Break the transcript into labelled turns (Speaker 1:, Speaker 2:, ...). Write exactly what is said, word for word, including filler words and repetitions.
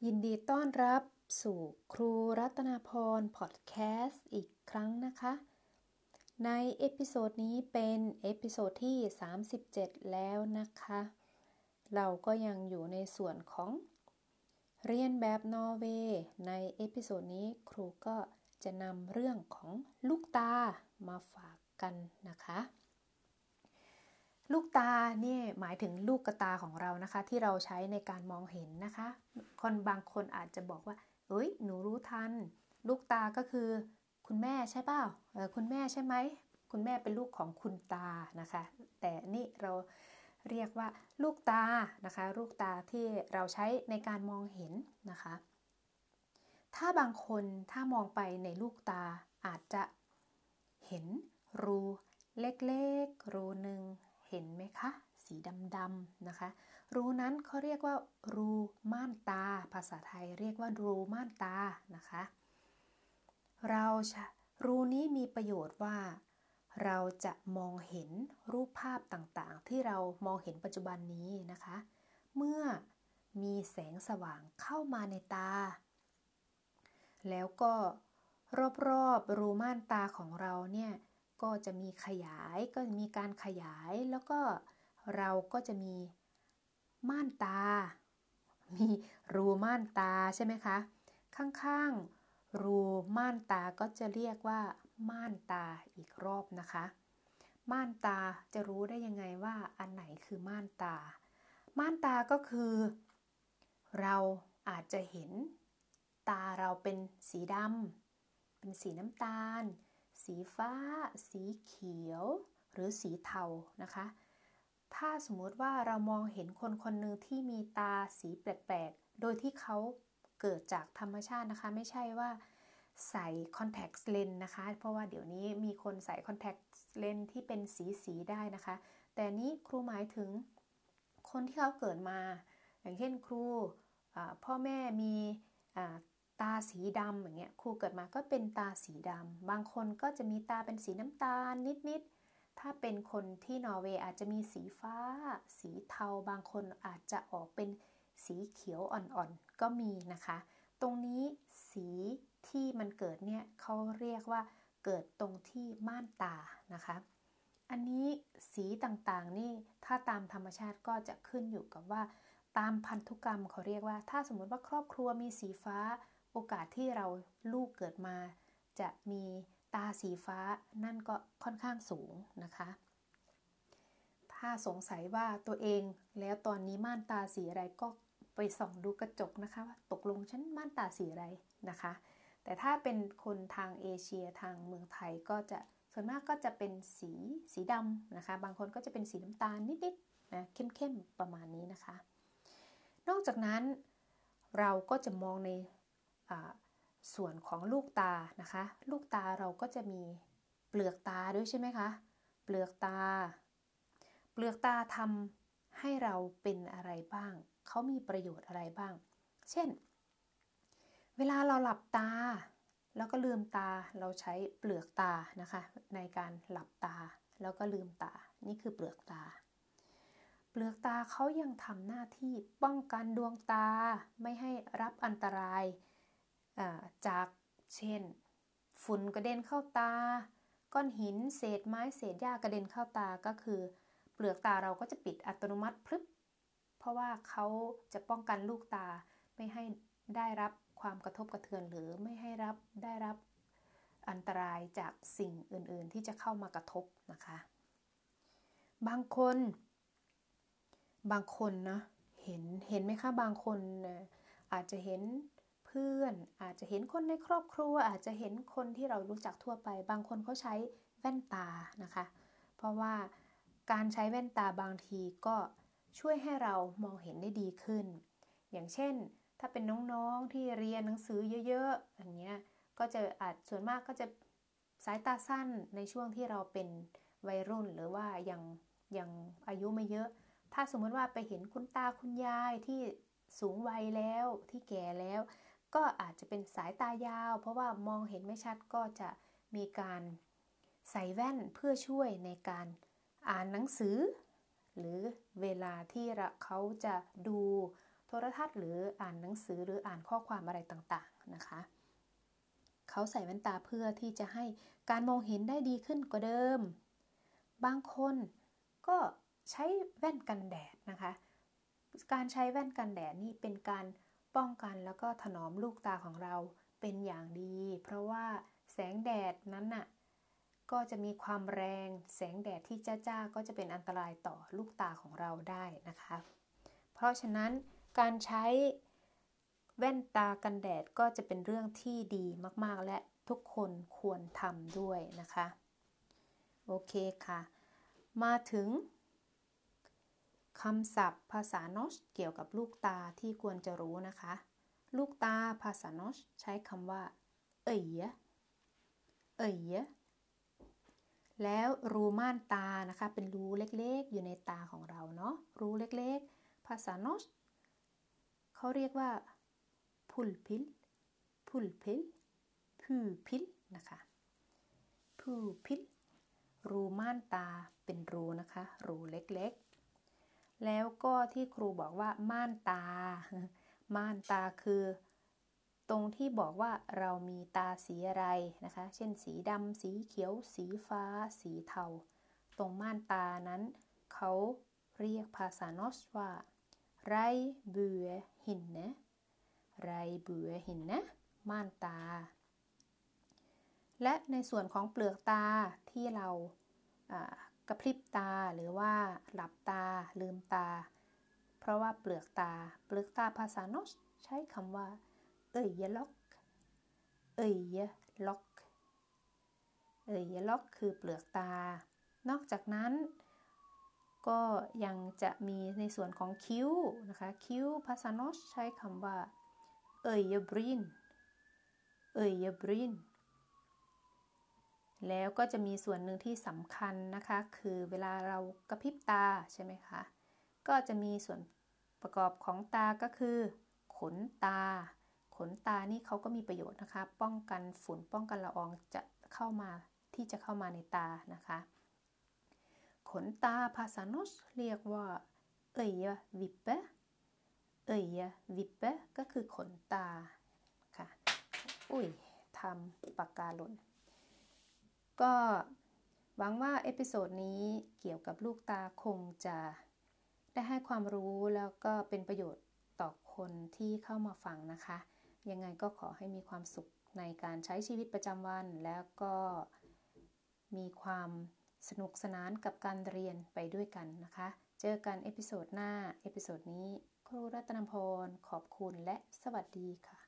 Speaker 1: ยินดีต้อนรับสู่ครูรัตนาพรพอดแคสต์อีกครั้งนะคะในเอพิโซดนี้เป็นเอพิโซดที่สามสิบเจ็ดแล้วนะคะเราก็ยังอยู่ในส่วนของเรียนแบบนอร์เวย์ในเอพิโซดนี้ครูก็จะนำเรื่องของลูกตามาฝากกันนะคะลูกตาเนี่ยหมายถึงลูกกระตาของเรานะคะที่เราใช้ในการมองเห็นนะคะคนบางคนอาจจะบอกว่าเอ้ยหนูรู้ทันลูกตาก็คือคุณแม่ใช่เปล่าเออคุณแม่ใช่ไหมคุณแม่เป็นลูกของคุณตานะคะแต่นี่เราเรียกว่าลูกตานะคะลูกตาที่เราใช้ในการมองเห็นนะคะถ้าบางคนถ้ามองไปในลูกตาอาจจะเห็นรูเล็กๆรูหนึ่งเห็นไหมคะสีดำๆนะคะรูนั้นเขาเรียกว่ารูม่านตาภาษาไทยเรียกว่ารูม่านตานะคะเรารูนี้มีประโยชน์ว่าเราจะมองเห็นรูปภาพต่างๆที่เรามองเห็นปัจจุบันนี้นะคะเมื่อมีแสงสว่างเข้ามาในตาแล้วก็รอบๆรูม่านตาของเราเนี่ยก็จะมีขยายก็มีการขยายแล้วก็เราก็จะมีม่านตามีรูม่านตาใช่ไหมคะข้างๆรูม่านตาก็จะเรียกว่าม่านตาอีกรอบนะคะม่านตาจะรู้ได้ยังไงว่าอันไหนคือม่านตาม่านตาก็คือเราอาจจะเห็นตาเราเป็นสีดำเป็นสีน้ำตาลสีฟ้าสีเขียวหรือสีเทานะคะถ้าสมมติว่าเรามองเห็นคนคนหนึ่งที่มีตาสีแปลกๆโดยที่เขาเกิดจากธรรมชาตินะคะไม่ใช่ว่าใส่คอนแทคเลนส์นะคะเพราะว่าเดี๋ยวนี้มีคนใส่คอนแทคเลนส์ที่เป็นสีๆได้นะคะแต่นี้ครูหมายถึงคนที่เขาเกิดมาอย่างเช่นครูพ่อแม่มีตาสีดำอย่างเงี้ยครูเกิดมาก็เป็นตาสีดำบางคนก็จะมีตาเป็นสีน้ำตาลนิดๆถ้าเป็นคนที่นอร์เวย์อาจจะมีสีฟ้าสีเทาบางคนอาจจะออกเป็นสีเขียวอ่อนๆก็มีนะคะตรงนี้สีที่มันเกิดเนี่ยเขาเรียกว่าเกิดตรงที่ม่านตานะคะอันนี้สีต่างๆนี่ถ้าตามธรรมชาติก็จะขึ้นอยู่กับว่าตามพันธุกรรมเขาเรียกว่าถ้าสมมติว่าครอบครัวมีสีฟ้าโอกาสที่เราลูกเกิดมาจะมีตาสีฟ้านั่นก็ค่อนข้างสูงนะคะถ้าสงสัยว่าตัวเองแล้วตอนนี้ม่านตาสีอะไรก็ไปส่องดูกระจกนะคะว่าตกลงฉันม่านตาสีอะไรนะคะแต่ถ้าเป็นคนทางเอเชียทางเมืองไทยก็จะส่วนมากก็จะเป็นสีสีดำนะคะบางคนก็จะเป็นสีน้ำตาลนิดๆนะเข้มๆประมาณนี้นะคะนอกจากนั้นเราก็จะมองในส่วนของลูกตานะคะลูกตาเราก็จะมีเปลือกตาด้วยใช่ไหมคะเปลือกตาเปลือกตาทำให้เราเป็นอะไรบ้างเขามีประโยชน์อะไรบ้างเช่นเวลาเราหลับตาแล้วก็ลืมตาเราใช้เปลือกตานะคะในการหลับตาแล้วก็ลืมตานี่คือเปลือกตาเปลือกตาเขายังทำหน้าที่ป้องกันดวงตาไม่ให้รับอันตรายจากเช่นฝุ่นกระเด็นเข้าตาก้อนหินเศษไม้เศษหญ้ากระเด็นเข้าตาก็คือเปลือกตาเราก็จะปิดอัตโนมัติพรึบเพราะว่าเขาจะป้องกันลูกตาไม่ให้ได้รับความกระทบกระเทือนหรือไม่ให้รับได้รับอันตรายจากสิ่งอื่นๆที่จะเข้ามากระทบนะคะบางคนบางคนนะเห็นเห็นไหมคะบางคนอาจจะเห็นเพื่อนอาจจะเห็นคนในครอบครัวอาจจะเห็นคนที่เรารู้จักทั่วไปบางคนเขาใช้แว่นตานะคะเพราะว่าการใช้แว่นตาบางทีก็ช่วยให้เรามองเห็นได้ดีขึ้นอย่างเช่นถ้าเป็นน้องๆที่เรียนหนังสือเยอะๆอย่างเงี้ยก็จะอาจส่วนมากก็จะสายตาสั้นในช่วงที่เราเป็นวัยรุ่นหรือว่ายังยังอายุไม่เยอะถ้าสมมติว่าไปเห็นคุณตาคุณยายที่สูงวัยแล้วที่แก่แล้วก็อาจจะเป็นสายตายาวเพราะว่ามองเห็นไม่ชัดก็จะมีการใส่แว่นเพื่อช่วยในการอ่านหนังสือหรือเวลาที่เขาจะดูโทรทัศน์หรืออ่านหนังสือหรืออ่านข้อความอะไรต่างๆนะคะเขาใส่แว่นตาเพื่อที่จะให้การมองเห็นได้ดีขึ้นกว่าเดิมบางคนก็ใช้แว่นกันแดดนะคะการใช้แว่นกันแดดนี่เป็นการป้องกันแล้วก็ถนอมลูกตาของเราเป็นอย่างดีเพราะว่าแสงแดดนั้นน่ะก็จะมีความแรงแสงแดดที่จ้าๆก็จะเป็นอันตรายต่อลูกตาของเราได้นะคะเพราะฉะนั้นการใช้แว่นตากันแดดก็จะเป็นเรื่องที่ดีมากๆและทุกคนควรทำด้วยนะคะโอเคค่ะมาถึงคำศัพท์ภาษานอชเกี่ยวกับลูกตาที่ควรจะรู้นะคะลูกตาภาษานอชใช้คำว่าเอ๋ยเอ๋ยแล้วรูม่านตานะคะเป็นรูเล็กๆอยู่ในตาของเราเนาะรูเล็กๆภาษานอชเขาเรียกว่าพุลพิลพุลพิลพูพิลนะคะพูพิลรูม่านตาเป็นรูนะคะรูเล็กๆแล้วก็ที่ครูบอกว่าม่านตาม่านตาคือตรงที่บอกว่าเรามีตาสีอะไรนะคะเช่นสีดำสีเขียวสีฟ้าสีเทาตรงม่านตานั้นเขาเรียกภาษานอชว่าไรบัวหินนะไรบัวหินนะม่านตาและในส่วนของเปลือกตาที่เรากระพริบตาหรือว่าหลับตาลืมตาเพราะว่าเปลือกตาเปลือกตาภาษานอชใช้คำว่าเอยล็อกเอยล็อกเอยล็อกคือเปลือกตานอกจากนั้นก็ยังจะมีในส่วนของคิ้วนะคะคิ้วภาษานอชใช้คำว่าเอยบรินเอยบรินแล้วก็จะมีส่วนหนึ่งที่สำคัญนะคะคือเวลาเรากระพริบตาใช่ไหมคะก็จะมีส่วนประกอบของตาก็คือขนตาขนตานี่เขาก็มีประโยชน์นะคะป้องกันฝุ่นป้องกันละอองจะเข้ามาที่จะเข้ามาในตานะคะขนตาภาษานอชเรียกว่าเอยวิปเปเอยวิปเปก็คือขนตาค่ะอุ้ยทำปากกาหล่นก็หวังว่าเอพิโซดนี้เกี่ยวกับลูกตาคงจะได้ให้ความรู้แล้วก็เป็นประโยชน์ต่อคนที่เข้ามาฟังนะคะยังไงก็ขอให้มีความสุขในการใช้ชีวิตประจำวันแล้วก็มีความสนุกสนานกับการเรียนไปด้วยกันนะคะเจอกันเอพิโซดหน้าเอพิโซดนี้ครูรัตนพรขอบคุณและสวัสดีค่ะ